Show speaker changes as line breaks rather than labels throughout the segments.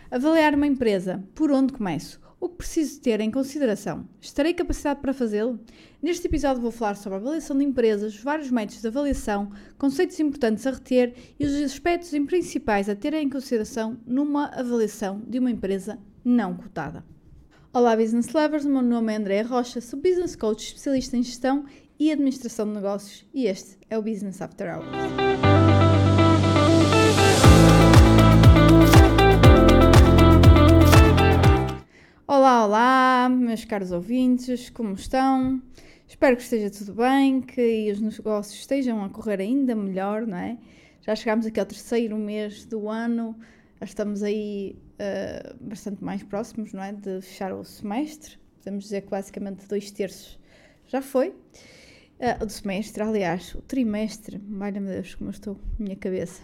Avaliar uma empresa. Por onde começo? O que preciso ter em consideração? Estarei capacitado para fazê-lo? Neste episódio vou falar sobre a avaliação de empresas, vários métodos de avaliação, conceitos importantes a reter e os aspectos principais a ter em consideração numa avaliação de uma empresa não cotada. Olá Business Lovers, o meu nome é Andréa Rocha, sou Business Coach especialista em gestão e administração de negócios e este é o Business After Hours. Olá, meus caros ouvintes, como estão? Espero que esteja tudo bem, que os negócios estejam a correr ainda melhor, não é? Já chegámos aqui ao terceiro mês do ano, já estamos aí bastante mais próximos, não é? De fechar o semestre, podemos dizer que basicamente 2/3 já foi. O semestre, aliás, o trimestre, valha-me Deus, como eu estou, minha cabeça.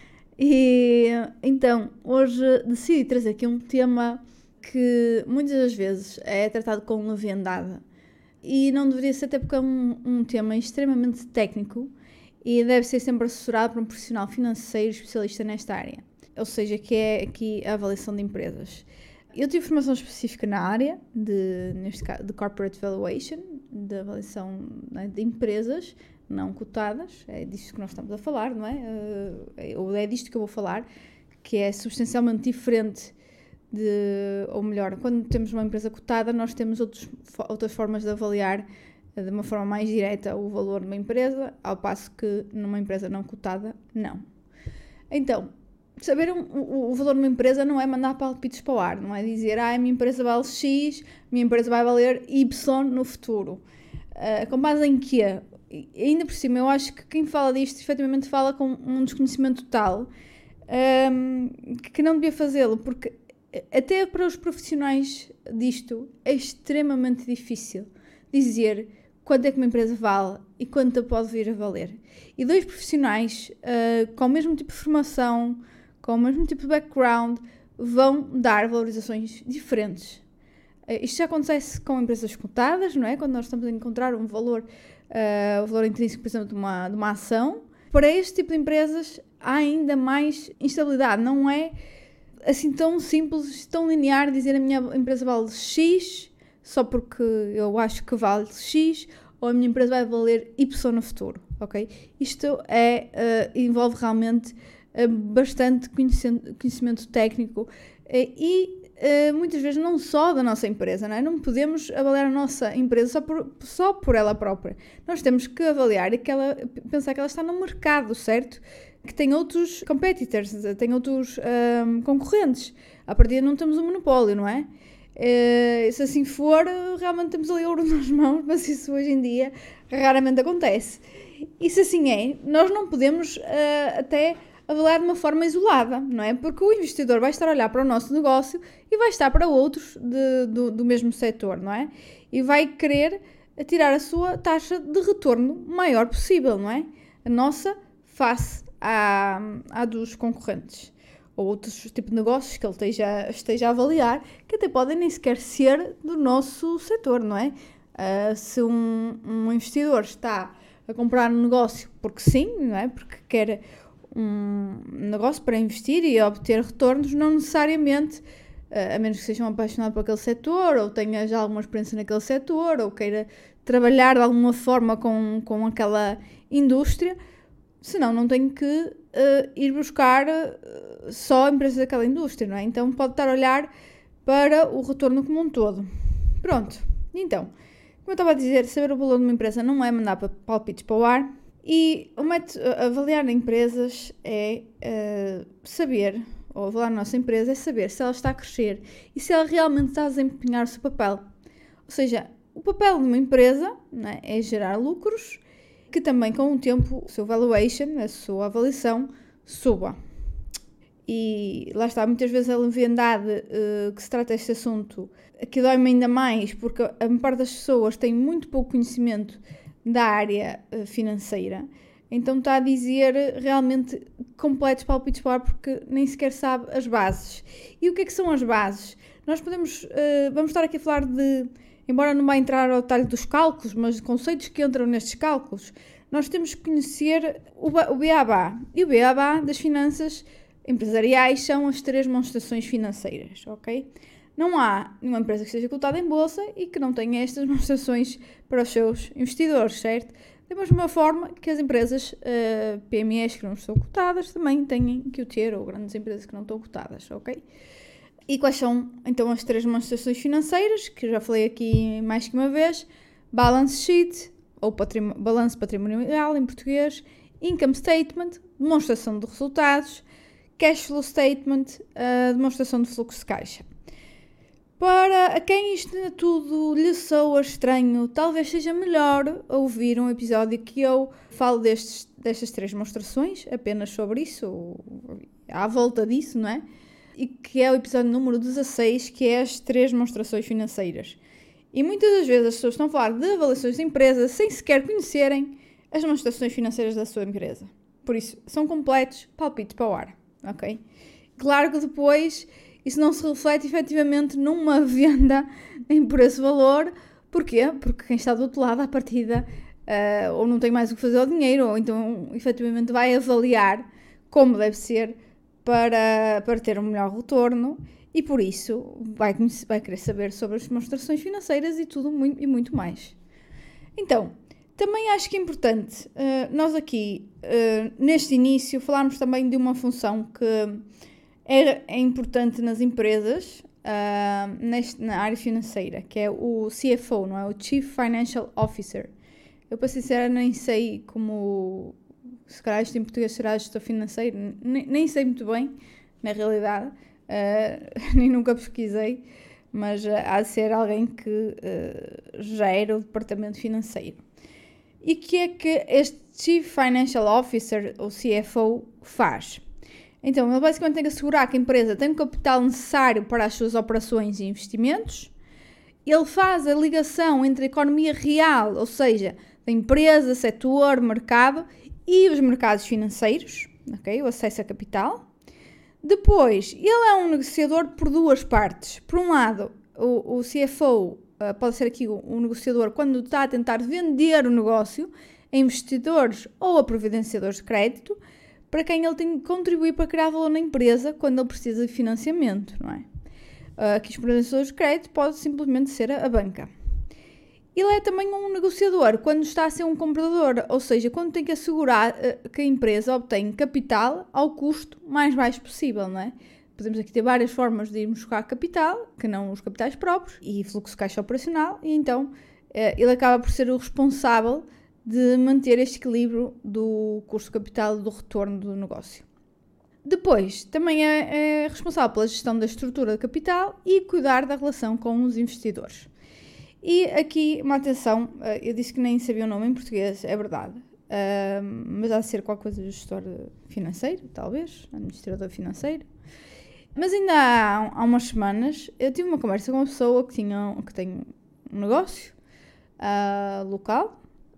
E então, hoje decidi trazer aqui um tema que muitas das vezes é tratado com leviandade e não deveria ser, até porque é um tema extremamente técnico e deve ser sempre assessorado por um profissional financeiro especialista nesta área, ou seja, que é aqui a avaliação de empresas. Eu tive formação específica na área, neste caso, de Corporate Valuation, de avaliação, né, de empresas não cotadas, é disto que nós estamos a falar, não é? Ou é disto que eu vou falar, que é substancialmente diferente ou melhor, quando temos uma empresa cotada, nós temos outras formas de avaliar de uma forma mais direta o valor de uma empresa, ao passo que numa empresa não cotada, não. Então, saber o valor de uma empresa não é mandar palpites para o ar, não é dizer, a minha empresa vale X, a minha empresa vai valer Y no futuro. Com base em quê? E ainda por cima, eu acho que quem fala disto, efetivamente fala com um desconhecimento total, que não devia fazê-lo, porque até para os profissionais disto é extremamente difícil dizer quanto é que uma empresa vale e quanto pode vir a valer. E dois profissionais com o mesmo tipo de formação, com o mesmo tipo de background, vão dar valorizações diferentes. Isto já acontece com empresas cotadas, não é? Quando nós estamos a encontrar o valor intrínseco, por exemplo, de uma ação. Para este tipo de empresas há ainda mais instabilidade, não é assim tão simples, tão linear dizer a minha empresa vale X só porque eu acho que vale X ou a minha empresa vai valer Y no futuro, ok? Isto envolve realmente bastante conhecimento técnico e muitas vezes não só da nossa empresa, não é? Não podemos avaliar a nossa empresa só por ela própria. Nós temos que avaliar e pensar que ela está no mercado, certo? Que tem outros competitors, tem outros concorrentes. A partir não temos um monopólio, não é? Se assim for, realmente temos ali ouro nas mãos, mas isso hoje em dia raramente acontece. E se assim é, nós não podemos até avaliar de uma forma isolada, não é? Porque o investidor vai estar a olhar para o nosso negócio e vai estar para outros do mesmo setor, não é? E vai querer tirar a sua taxa de retorno maior possível, não é? A nossa face à dos concorrentes ou outros tipos de negócios que ele esteja a avaliar, que até podem nem sequer ser do nosso setor, não é? Se um investidor está a comprar um negócio porque sim, não é? Porque quer um negócio para investir e obter retornos, não necessariamente, a menos que seja um apaixonado por aquele setor ou tenha já alguma experiência naquele setor ou queira trabalhar de alguma forma com aquela indústria, senão não tem que ir buscar só empresas daquela indústria, não é? Então pode estar a olhar para o retorno como um todo. Pronto, então, como eu estava a dizer, saber o valor de uma empresa não é mandar palpites para o ar e o método avaliar empresas é saber, ou avaliar a nossa empresa é saber se ela está a crescer e se ela realmente está a desempenhar o seu papel. Ou seja, o papel de uma empresa, não é gerar lucros, que também com o tempo o seu valuation, a sua avaliação, suba. E lá está, muitas vezes a leviandade que se trata deste assunto, aqui dói-me ainda mais, porque a maior parte das pessoas tem muito pouco conhecimento da área financeira, então está a dizer realmente completos palpites para porque nem sequer sabe as bases. E o que é que são as bases? Nós vamos estar aqui a falar embora não vá entrar ao detalhe dos cálculos, mas conceitos que entram nestes cálculos, nós temos que conhecer o beabá. E o beabá das finanças empresariais são as 3 demonstrações financeiras, ok? Não há nenhuma empresa que esteja cotada em bolsa e que não tenha estas demonstrações para os seus investidores, certo? Da mesma forma que as empresas PMEs que não estão cotadas também têm que o ter, ou grandes empresas que não estão cotadas, ok? E quais são, então, as 3 demonstrações financeiras, que eu já falei aqui mais que uma vez? Balance Sheet, ou balanço patrimonial em português, Income Statement, demonstração de resultados, Cash Flow Statement, demonstração de fluxo de caixa. Para quem isto tudo lhe soa estranho, talvez seja melhor ouvir um episódio que eu falo destas 3 demonstrações, apenas sobre isso, à volta disso, não é? E que é o episódio número 16, que é as 3 demonstrações financeiras. E muitas das vezes as pessoas estão a falar de avaliações de empresas sem sequer conhecerem as demonstrações financeiras da sua empresa. Por isso, são completos palpites para o ar, ok? Claro que depois isso não se reflete efetivamente numa venda por esse valor. Porquê? Porque quem está do outro lado, à partida, ou não tem mais o que fazer ao dinheiro, ou então efetivamente vai avaliar como deve ser para ter um melhor retorno, e por isso vai querer saber sobre as demonstrações financeiras e tudo e muito mais. Então, também acho que é importante nós aqui, neste início, falarmos também de uma função que é importante nas empresas, na área financeira, que é o CFO, não é? O Chief Financial Officer. Eu, para ser sincera, nem sei como, se calhar isto em português será gestor financeiro, nem sei muito bem, na realidade, nem nunca pesquisei, mas há de ser alguém que gera o departamento financeiro. E o que é que este Chief Financial Officer, ou CFO, faz? Então, ele basicamente tem que assegurar que a empresa tem o capital necessário para as suas operações e investimentos. Ele faz a ligação entre a economia real, ou seja, da empresa, setor, mercado, e os mercados financeiros, ok? O acesso a capital. Depois, ele é um negociador por 2 partes. Por um lado, o CFO pode ser aqui um negociador quando está a tentar vender o negócio a investidores ou a providenciadores de crédito, para quem ele tem que contribuir para criar valor na empresa quando ele precisa de financiamento, não é? Aqui os providenciadores de crédito pode simplesmente ser a banca. Ele é também um negociador quando está a ser um comprador, ou seja, quando tem que assegurar que a empresa obtenha capital ao custo mais baixo possível, não é? Podemos aqui ter várias formas de irmos buscar capital, que não os capitais próprios, e fluxo de caixa operacional, e então ele acaba por ser o responsável de manter este equilíbrio do custo de capital e do retorno do negócio. Depois, também é responsável pela gestão da estrutura de capital e cuidar da relação com os investidores. E aqui, uma atenção, eu disse que nem sabia o nome em português, é verdade, mas há de ser qualquer coisa de gestor financeiro, talvez, administrador financeiro. Mas ainda há umas semanas eu tive uma conversa com uma pessoa que tem um negócio local,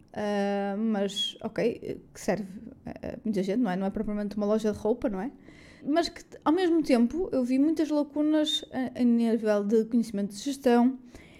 mas ok, que serve a muita gente, não é propriamente uma loja de roupa, não é? Mas que ao mesmo tempo eu vi muitas lacunas a nível de conhecimento de gestão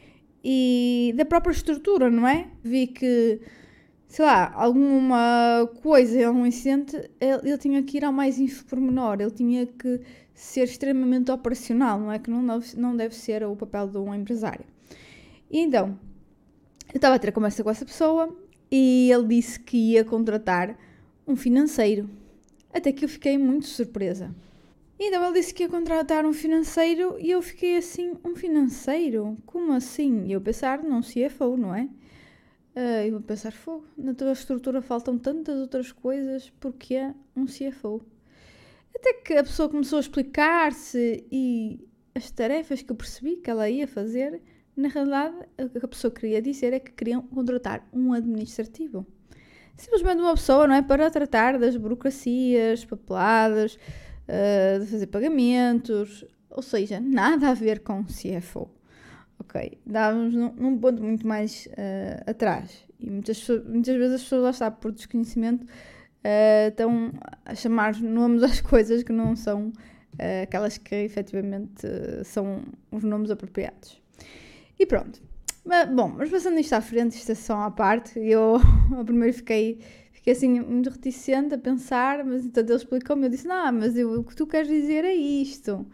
e da própria estrutura, não é? Vi que, sei lá, alguma coisa, algum incidente, ele tinha que ir ao mais ínfimo pormenor, ele tinha que ser extremamente operacional, não é? Que não deve ser o papel de um empresário. E então, eu estava a ter a conversa com essa pessoa e ele disse que ia contratar um financeiro. Até que eu fiquei muito surpresa. E então ele disse que ia contratar um financeiro e eu fiquei assim, um financeiro? Como assim? E eu pensar, não CFO, não é? Eu vou pensar, fogo, na tua estrutura faltam tantas outras coisas, porque é um CFO? Até que a pessoa começou a explicar-se e as tarefas que eu percebi que ela ia fazer, na realidade, o que a pessoa queria dizer é que queriam contratar um administrativo. Simplesmente uma pessoa, não é? Para tratar das burocracias, papeladas, de fazer pagamentos, ou seja, nada a ver com CFO. Ok, dávamos num ponto muito mais atrás. E muitas vezes as pessoas, lá está, por desconhecimento, estão a chamar nomes às coisas que não são aquelas que efetivamente são os nomes apropriados. E pronto. Mas passando isto à frente, isto é só à parte, eu primeiro fiquei fiquei assim muito reticente a pensar, mas então ele explicou-me, eu disse, não, mas o que tu queres dizer é isto.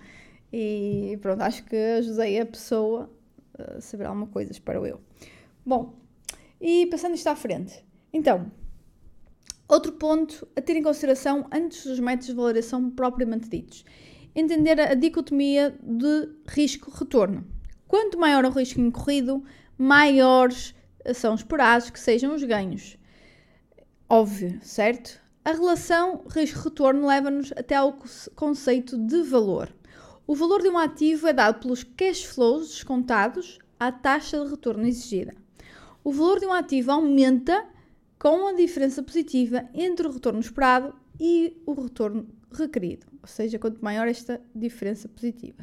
E pronto, acho que ajudei a pessoa a saber alguma coisa, espero eu. Bom, e passando isto à frente. Então, outro ponto a ter em consideração antes dos métodos de valoração propriamente ditos. Entender a dicotomia de risco-retorno. Quanto maior o risco incorrido, maiores são esperados que sejam os ganhos. Óbvio, certo? A relação risco-retorno leva-nos até ao conceito de valor. O valor de um ativo é dado pelos cash flows descontados à taxa de retorno exigida. O valor de um ativo aumenta com a diferença positiva entre o retorno esperado e o retorno requerido, ou seja, quanto maior esta diferença positiva.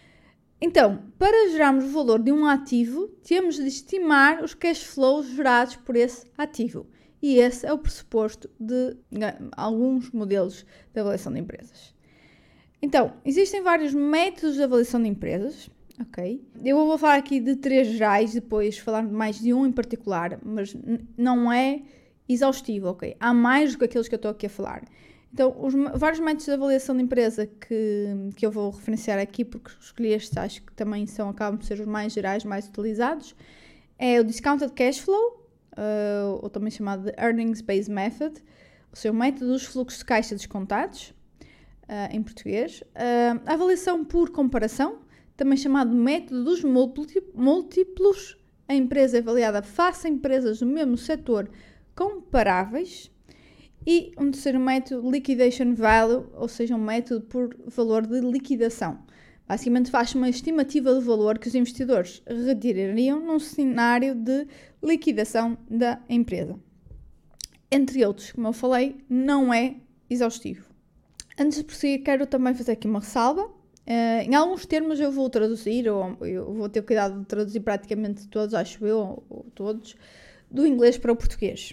Então, para gerarmos o valor de um ativo, temos de estimar os cash flows gerados por esse ativo. E esse é o pressuposto de alguns modelos de avaliação de empresas. Então, existem vários métodos de avaliação de empresas, ok? Eu vou falar aqui de 3 gerais, depois falar mais de um em particular, mas não é exaustivo, ok? Há mais do que aqueles que eu estou aqui a falar. Então, os vários métodos de avaliação de empresa que eu vou referenciar aqui, porque escolhi estes, acho que também acabam por ser os mais gerais, mais utilizados, é o Discounted Cash Flow, ou também chamado de Earnings Based Method, ou seja, o método dos fluxos de caixa descontados, em português. A avaliação por comparação, também chamado método dos múltiplos, a empresa é avaliada face a empresas do mesmo setor comparáveis. E um terceiro método, Liquidation Value, ou seja, um método por valor de liquidação. Basicamente faz uma estimativa do valor que os investidores retirariam num cenário de liquidação da empresa. Entre outros, como eu falei, não é exaustivo. Antes de prosseguir, quero também fazer aqui uma ressalva. Em alguns termos eu vou traduzir, ou eu vou ter cuidado de traduzir praticamente todos, acho eu, ou todos, do inglês para o português.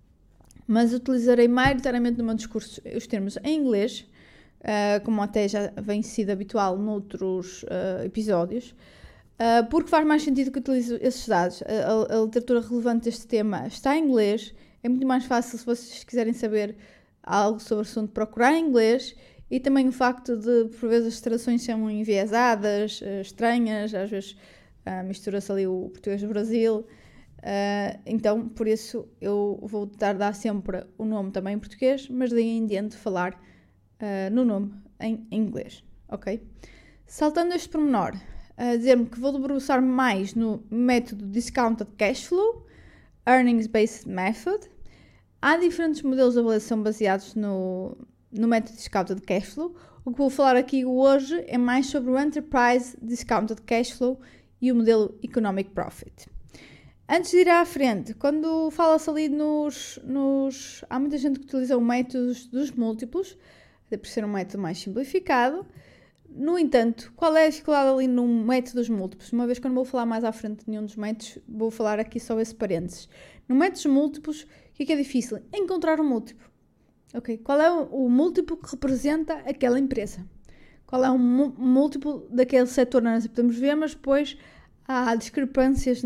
Mas utilizarei maioritariamente no meu discurso os termos em inglês, como até já vem sido habitual noutros episódios, porque faz mais sentido que utilize esses dados. A literatura relevante deste tema está em inglês, é muito mais fácil se vocês quiserem saber algo sobre o assunto procurar em inglês, e também o facto de, por vezes, as traduções são enviesadas, estranhas, às vezes mistura-se ali o português do Brasil. Então, por isso, eu vou tentar dar sempre o nome também em português, mas daí em diante falar no nome em inglês, ok? Saltando este pormenor, dizer-me que vou debruçar mais no método Discounted Cash Flow, Earnings Based Method. Há diferentes modelos de avaliação baseados no método Discounted Cash Flow. O que vou falar aqui hoje é mais sobre o Enterprise Discounted Cash Flow e o modelo Economic Profit. Antes de ir à frente, quando fala-se ali há muita gente que utiliza o método dos múltiplos, até por ser um método mais simplificado. No entanto, qual é a dificuldade ali no método dos múltiplos? Uma vez que eu não vou falar mais à frente de nenhum dos métodos, vou falar aqui só esse parênteses. No método dos múltiplos, o que é difícil? Encontrar um múltiplo. Okay? Qual é o múltiplo que representa aquela empresa? Qual é o múltiplo daquele setor? Nós podemos ver, mas depois há discrepâncias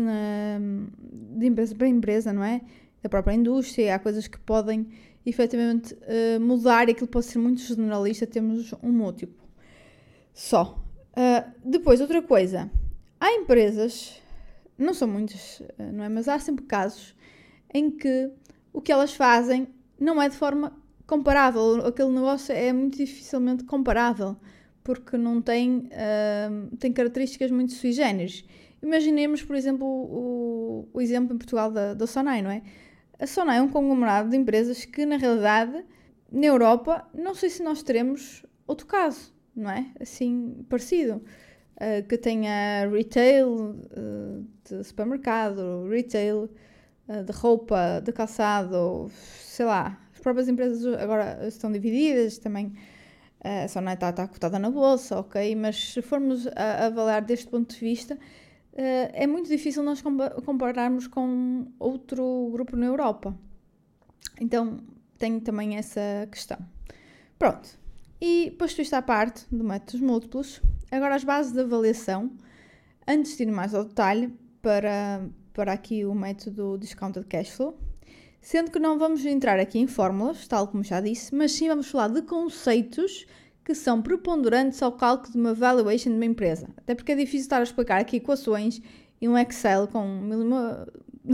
de empresa para empresa, não é? Da própria indústria, há coisas que podem efetivamente mudar, e aquilo pode ser muito generalista, temos um múltiplo só. Depois, outra coisa, há empresas, não são muitas, não é? Mas há sempre casos em que o que elas fazem não é de forma comparável, aquele negócio é muito dificilmente comparável, porque não tem características muito sui generis. Imaginemos, por exemplo, o exemplo em Portugal da Sonai, não é? A Sonai é um conglomerado de empresas que, na realidade, na Europa, não sei se nós teremos outro caso, não é? Assim, parecido. Que tenha retail de supermercado, retail de roupa, de calçado, sei lá. As próprias empresas agora estão divididas, também a Sonai está cotada na bolsa, ok? Mas se formos a avaliar deste ponto de vista, é muito difícil nós compararmos com outro grupo na Europa. Então, tem também essa questão. Pronto. E posto isto à parte do método dos múltiplos, agora as bases de avaliação, antes de ir mais ao detalhe, para aqui o método Discounted Cash Flow. Sendo que não vamos entrar aqui em fórmulas, tal como já disse, mas sim vamos falar de conceitos que são preponderantes ao cálculo de uma valuation de uma empresa. Até porque é difícil estar a explicar aqui equações e um Excel com mil e uma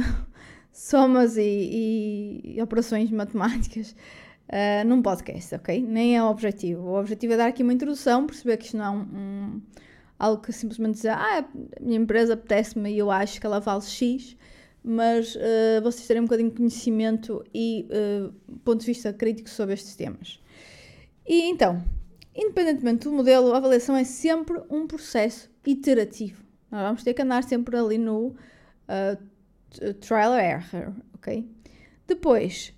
somas e operações matemáticas num podcast, ok? Nem é o objetivo. O objetivo é dar aqui uma introdução, perceber que isto não é algo que simplesmente dizer, a minha empresa apetece-me e eu acho que ela vale X, mas vocês terem um bocadinho de conhecimento e ponto de vista crítico sobre estes temas. E então, independentemente do modelo, a avaliação é sempre um processo iterativo. Nós vamos ter que andar sempre ali no trial and error, ok? Depois,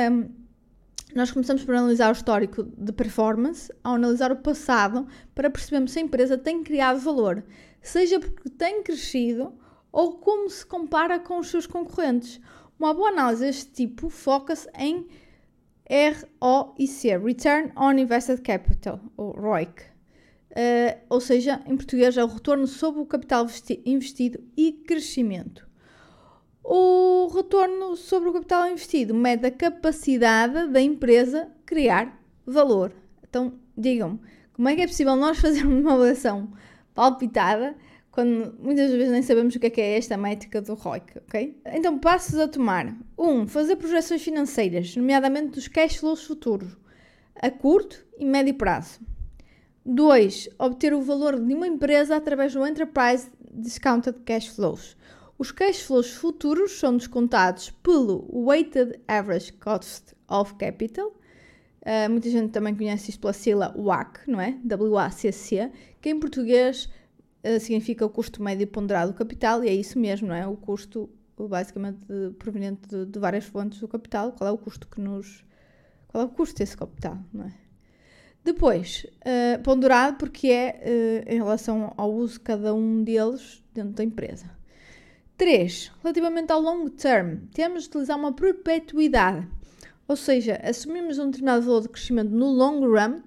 nós começamos por analisar o histórico de performance, ao analisar o passado, para percebermos se a empresa tem criado valor, seja porque tem crescido ou como se compara com os seus concorrentes. Uma boa análise deste tipo foca-se em ROIC, Return on Invested Capital, ou ROIC. Ou seja, em português é o retorno sobre o capital investido e crescimento. O retorno sobre o capital investido mede a capacidade da empresa criar valor. Então, digam-me, como é que é possível nós fazermos uma avaliação palpitada quando muitas vezes nem sabemos o que é esta métrica do ROIC, ok? Então, passos a tomar. 1. Fazer projeções financeiras, nomeadamente dos cash flows futuros, a curto e médio prazo. 2. Obter o valor de uma empresa através do Enterprise Discounted Cash Flows. Os cash flows futuros são descontados pelo Weighted Average Cost of Capital. Muita gente também conhece isto pela sigla WACC, não é? WACC, que em português significa o custo médio ponderado do capital, e é isso mesmo, não é? O custo, basicamente, proveniente de várias fontes do capital. Qual é o custo qual é o custo desse capital, não é? Depois, ponderado porque é em relação ao uso de cada um deles dentro da empresa. 3. Relativamente ao long term, temos de utilizar uma perpetuidade, ou seja, assumimos um determinado valor de crescimento no long run,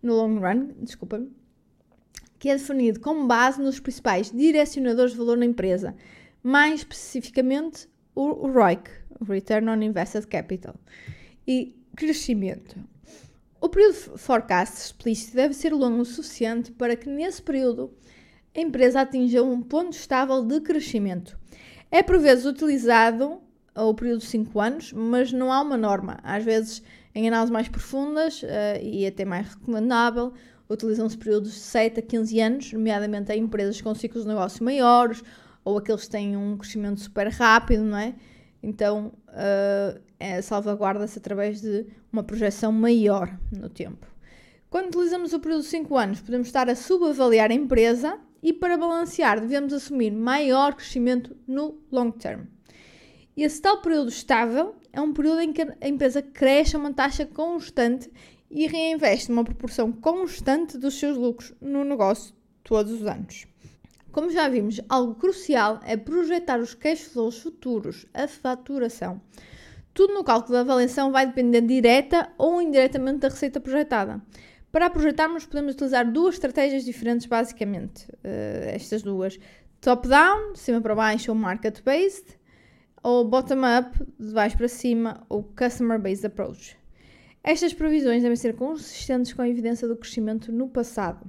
que é definido com base nos principais direcionadores de valor na empresa, mais especificamente o ROIC, Return on Invested Capital, e crescimento. O período forecast explícito deve ser longo o suficiente para que nesse período a empresa atinja um ponto estável de crescimento. É por vezes utilizado o período de 5 anos, mas não há uma norma. Às vezes, em análises mais profundas e até mais recomendável, utilizam-se períodos de 7 a 15 anos, nomeadamente em empresas com ciclos de negócio maiores ou aqueles que têm um crescimento super rápido, não é? Então, salvaguarda-se através de uma projeção maior no tempo. Quando utilizamos o período de 5 anos, podemos estar a subavaliar a empresa e, para balancear, devemos assumir maior crescimento no long term. E esse tal período estável é um período em que a empresa cresce a uma taxa constante e reinveste uma proporção constante dos seus lucros no negócio todos os anos. Como já vimos, algo crucial é projetar os cash flows futuros, a faturação. Tudo no cálculo da avaliação vai depender direta ou indiretamente da receita projetada. Para a projetarmos, podemos utilizar duas estratégias diferentes, basicamente. Estas duas. Top-down, de cima para baixo, ou market-based, ou bottom-up, de baixo para cima, ou customer-based approach. Estas previsões devem ser consistentes com a evidência do crescimento no passado.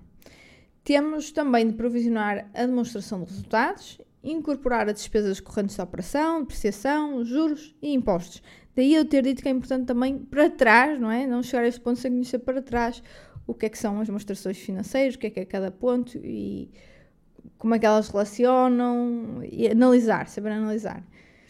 Temos também de provisionar a demonstração de resultados, incorporar as despesas correntes da operação, depreciação, juros e impostos. Daí eu ter dito que é importante também para trás, não é? Não chegar a este ponto sem conhecer para trás o que é que são as demonstrações financeiras, o que é cada ponto e como é que elas relacionam e saber analisar.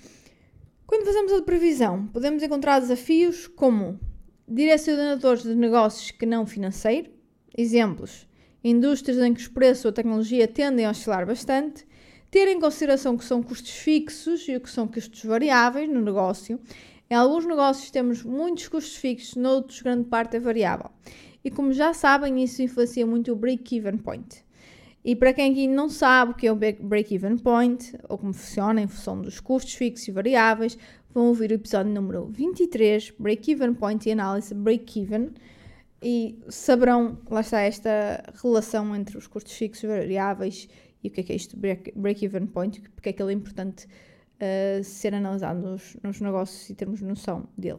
Quando fazemos a previsão, podemos encontrar desafios como direcionadores de negócios que não financeiro, exemplos, indústrias em que os preços ou a tecnologia tendem a oscilar bastante, ter em consideração que são custos fixos e o que são custos variáveis no negócio. Em alguns negócios temos muitos custos fixos, noutros grande parte é variável. E como já sabem, isso influencia muito o break-even point. E para quem aqui não sabe o que é o break-even point, ou como funciona em função dos custos fixos e variáveis, vão ouvir o episódio número 23, Break-even point e análise break-even, e saberão, lá está, esta relação entre os custos fixos e variáveis e o que é isto, break-even point, porque é que ele é importante ser analisado nos negócios e termos noção dele.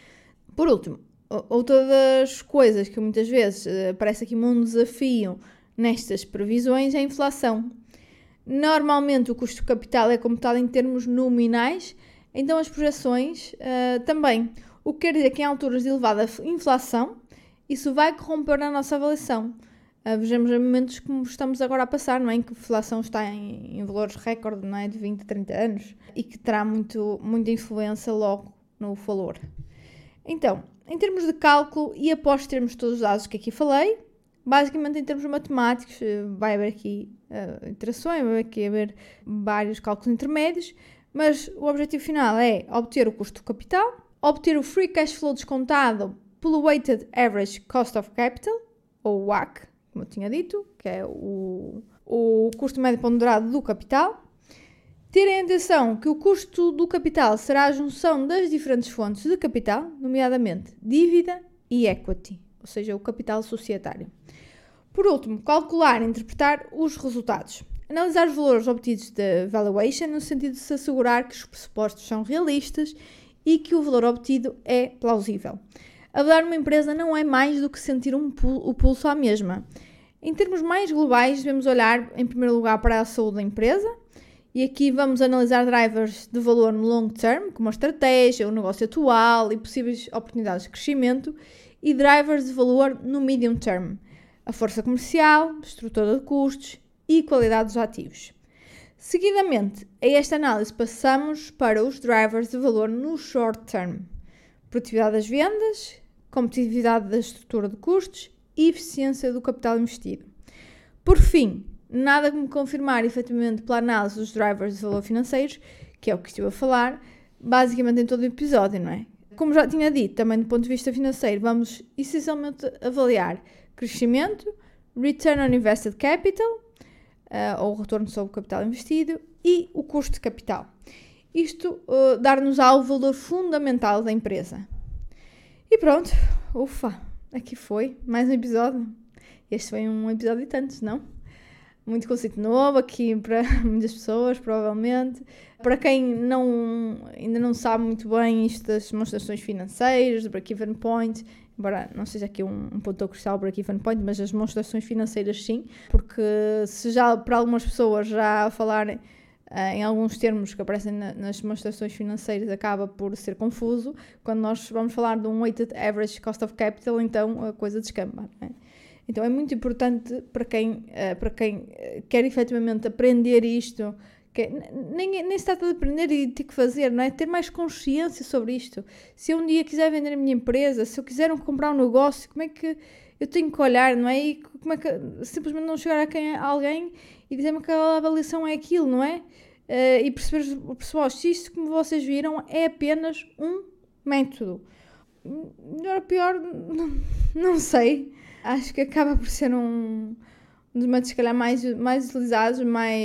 Por último, outra das coisas que muitas vezes parece aqui um desafio nestas previsões é a inflação. Normalmente o custo de capital é computado em termos nominais, então as projeções também. O que quer dizer que em alturas de elevada inflação, isso vai corromper a nossa avaliação. Vejamos em momentos como estamos agora a passar, não é? Em que a inflação está em valores recorde, não é? De 20, 30 anos e que terá muita influência logo no valor. Então, em termos de cálculo e após termos todos os dados que aqui falei, basicamente em termos matemáticos vai haver aqui iterações, vai haver vários cálculos intermédios, mas o objetivo final é obter o custo do capital, obter o Free Cash Flow descontado pelo Weighted Average Cost of Capital, ou WACC, como eu tinha dito, que é o custo médio ponderado do capital. Terem atenção que o custo do capital será a junção das diferentes fontes de capital, nomeadamente dívida e equity, ou seja, o capital societário. Por último, calcular e interpretar os resultados. Analisar os valores obtidos da valuation no sentido de se assegurar que os pressupostos são realistas e que o valor obtido é plausível. Avaliar uma empresa não é mais do que sentir o pulso à mesma. Em termos mais globais, devemos olhar, em primeiro lugar, para a saúde da empresa. E aqui vamos analisar drivers de valor no long term, como a estratégia, o negócio atual e possíveis oportunidades de crescimento. E drivers de valor no medium term, a força comercial, estrutura de custos e qualidade dos ativos. Seguidamente, a esta análise passamos para os drivers de valor no short term. Produtividade das vendas, competitividade da estrutura de custos e eficiência do capital investido. Por fim, nada como confirmar efetivamente pela análise dos drivers de valor financeiros, que é o que estive a falar, basicamente em todo o episódio, não é? Como já tinha dito, também do ponto de vista financeiro, vamos essencialmente avaliar crescimento, Return on Invested Capital, ou retorno sobre o capital investido, e o custo de capital. Isto dar-nos-á o valor fundamental da empresa. E pronto, ufa, aqui foi mais um episódio. Este foi um episódio de tantos, não? Muito conceito novo aqui para muitas pessoas, provavelmente. Para quem ainda não sabe muito bem isto das demonstrações financeiras, do break-even point, embora não seja aqui um ponto crucial o break-even point, mas as demonstrações financeiras sim, porque se já para algumas pessoas já falarem em alguns termos que aparecem nas demonstrações financeiras acaba por ser confuso, quando nós vamos falar de um Weighted Average Cost of Capital, então a coisa descamba, não é? Então é muito importante para quem quer efetivamente aprender isto, nem se trata de aprender e ter que fazer, não é? Ter mais consciência sobre isto. Se eu um dia quiser vender a minha empresa, se eu quiser comprar um negócio, como é que eu tenho que olhar, não é? E como é que simplesmente não chegar a alguém e dizer-me que a avaliação é aquilo, não é? E perceber, pessoal, se isto, como vocês viram, é apenas um método. Melhor ou pior, não sei. Acho que acaba por ser um dos métodos, se calhar, mais utilizados,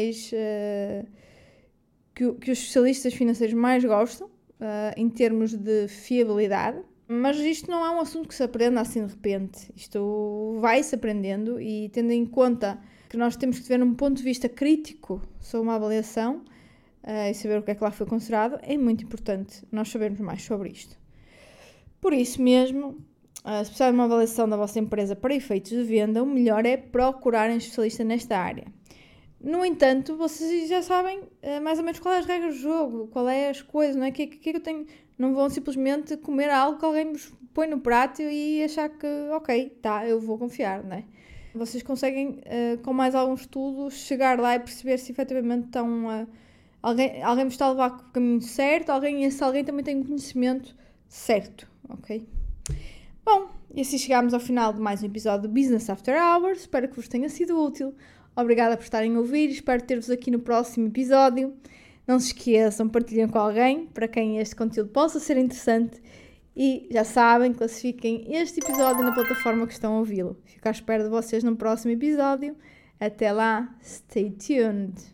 que os especialistas financeiros mais gostam, em termos de fiabilidade. Mas isto não é um assunto que se aprenda assim de repente. Isto vai-se aprendendo e tendo em conta que nós temos que ter um ponto de vista crítico sobre uma avaliação e saber o que é que lá foi considerado, é muito importante nós sabermos mais sobre isto. Por isso mesmo, se precisar de uma avaliação da vossa empresa para efeitos de venda, o melhor é procurar um especialista nesta área. No entanto, vocês já sabem mais ou menos quais as regras do jogo, qual é as coisas, não é? Que eu tenho. Não vão simplesmente comer algo que alguém vos põe no prato e achar que, ok, tá, eu vou confiar, não é? Vocês conseguem, com mais algum estudo, chegar lá e perceber se efetivamente estão alguém vos está a levar para o caminho certo, esse alguém também tem um conhecimento certo, ok? Bom, e assim chegámos ao final de mais um episódio do Business After Hours. Espero que vos tenha sido útil. Obrigada por estarem a ouvir e espero ter-vos aqui no próximo episódio. Não se esqueçam, partilhem com alguém para quem este conteúdo possa ser interessante. E já sabem, classifiquem este episódio na plataforma que estão a ouvi-lo. Fico à espera de vocês no próximo episódio. Até lá, stay tuned!